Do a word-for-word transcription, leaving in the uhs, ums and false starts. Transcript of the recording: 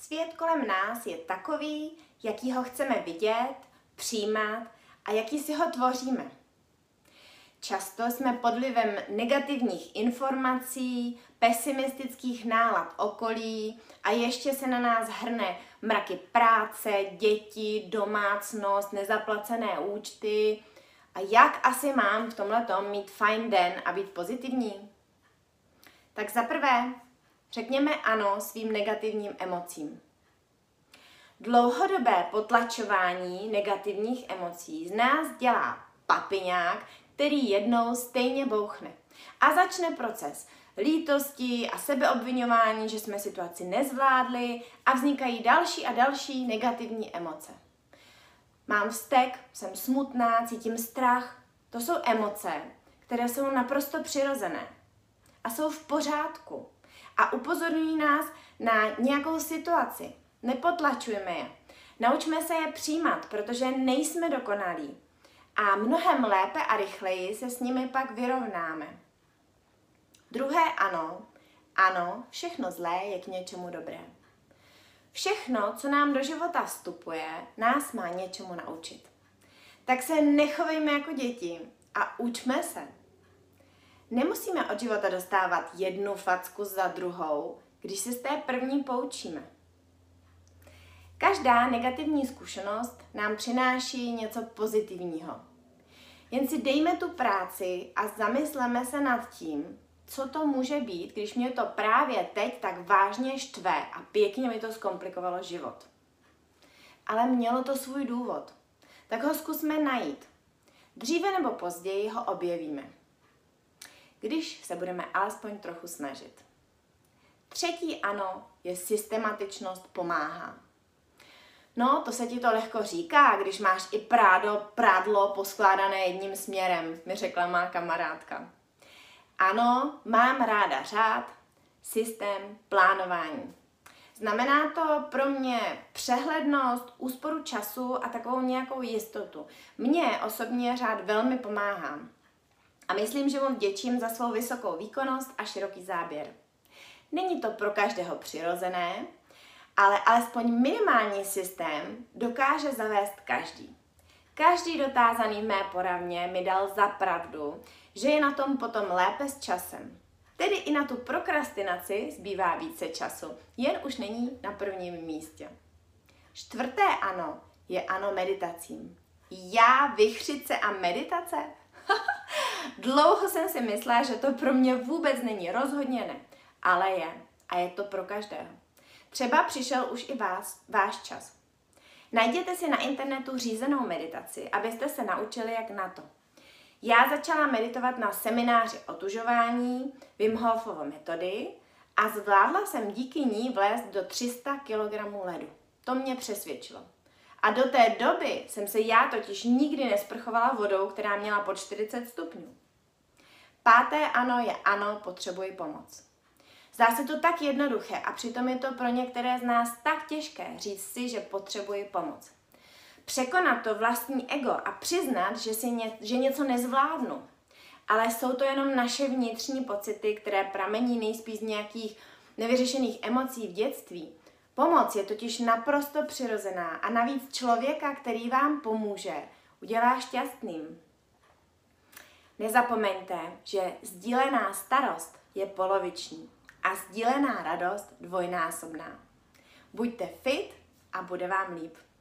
Svět kolem nás je takový, jaký ho chceme vidět, přijímat a jaký si ho tvoříme. Často jsme pod vlivem negativních informací, pesimistických nálad okolí a ještě se na nás hrne mraky práce, děti, domácnost, nezaplacené účty. A jak asi mám v tomhletom mít fajn den a být pozitivní? Tak za prvé, řekněme ano svým negativním emocím. Dlouhodobé potlačování negativních emocí z nás dělá papiňák, který jednou stejně bouchne. A začne proces lítosti a sebeobviňování, že jsme situaci nezvládli a vznikají další a další negativní emoce. Mám vztek, jsem smutná, cítím strach. To jsou emoce, které jsou naprosto přirozené a jsou v pořádku a upozorňují nás na nějakou situaci. Nepotlačujme je. Naučme se je přijímat, protože nejsme dokonalí. A mnohem lépe a rychleji se s nimi pak vyrovnáme. Druhé ano, ano, všechno zlé je k něčemu dobré. Všechno, co nám do života vstupuje, nás má něčemu naučit. Tak se nechovejme jako děti a učme se. Nemusíme od života dostávat jednu facku za druhou, když se z té první poučíme. Každá negativní zkušenost nám přináší něco pozitivního. Jen si dejme tu práci a zamysleme se nad tím, co to může být, když mě to právě teď tak vážně štve a pěkně mi to zkomplikovalo život. Ale mělo to svůj důvod. Tak ho zkusme najít. Dříve nebo později ho objevíme. Když se budeme alespoň trochu snažit. Třetí ano je systematičnost pomáhá. No, to se ti to lehko říká, když máš i prádo, prádlo poskládané jedním směrem, mi řekla má kamarádka. Ano, mám ráda řád, systém, plánování. Znamená to pro mě přehlednost, úsporu času a takovou nějakou jistotu. Mně osobně řád velmi pomáhá. A myslím, že mu vděčím za svou vysokou výkonnost a široký záběr. Není to pro každého přirozené, ale alespoň minimální systém dokáže zavést každý. Každý dotázaný v mé poradně mi dal za pravdu, že je na tom potom lépe s časem. Tedy i na tu prokrastinaci zbývá více času, jen už není na prvním místě. Čtvrté ano je ano meditacím. Já, vichřice a meditace? Dlouho jsem si myslela, že to pro mě vůbec není, rozhodně ne, ale je a je to pro každého. Třeba přišel už i vás, váš čas. Najděte si na internetu řízenou meditaci, abyste se naučili, jak na to. Já začala meditovat na semináři otužování Wim Hofovo metody a zvládla jsem díky ní vlézt do tři sta kilogramů ledu. To mě přesvědčilo. A do té doby jsem se já totiž nikdy nesprchovala vodou, která měla pod čtyřicet stupňů. Páté ano je ano, potřebuji pomoc. Zdá se to tak jednoduché a přitom je to pro některé z nás tak těžké říct si, že potřebuji pomoc. Překonat to vlastní ego a přiznat, že, si ně, že něco nezvládnu. Ale jsou to jenom naše vnitřní pocity, které pramení nejspíš z nějakých nevyřešených emocí v dětství. Pomoc je totiž naprosto přirozená a navíc člověka, který vám pomůže, udělá šťastným. Nezapomeňte, že sdílená starost je poloviční a sdílená radost dvojnásobná. Buďte fit a bude vám líp.